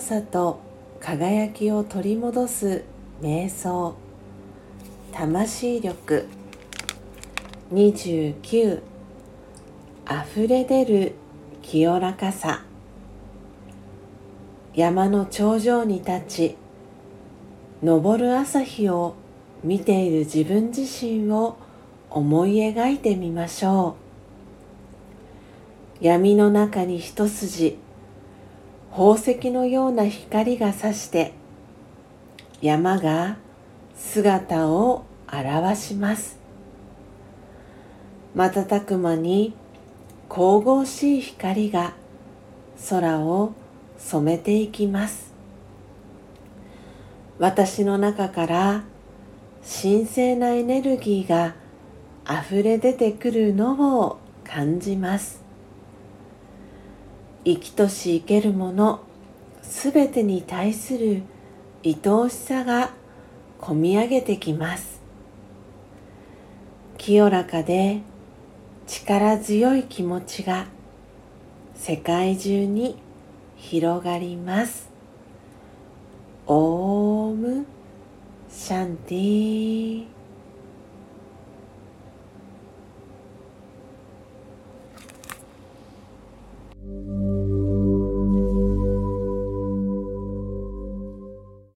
さと輝きを取り戻す瞑想、魂力。29、あふれ出る清らかさ。山の頂上に立ち、昇る朝日を見ている自分自身を思い描いてみましょう。闇の中に一筋、宝石のような光が差して、山が姿を現します。瞬く間に神々しい光が空を染めていきます。私の中から神聖なエネルギーがあふれ出てくるのを感じます。生きとし生けるものすべてに対する愛おしさがこみ上げてきます。清らかで力強い気持ちが世界中に広がります。オームシャンティー。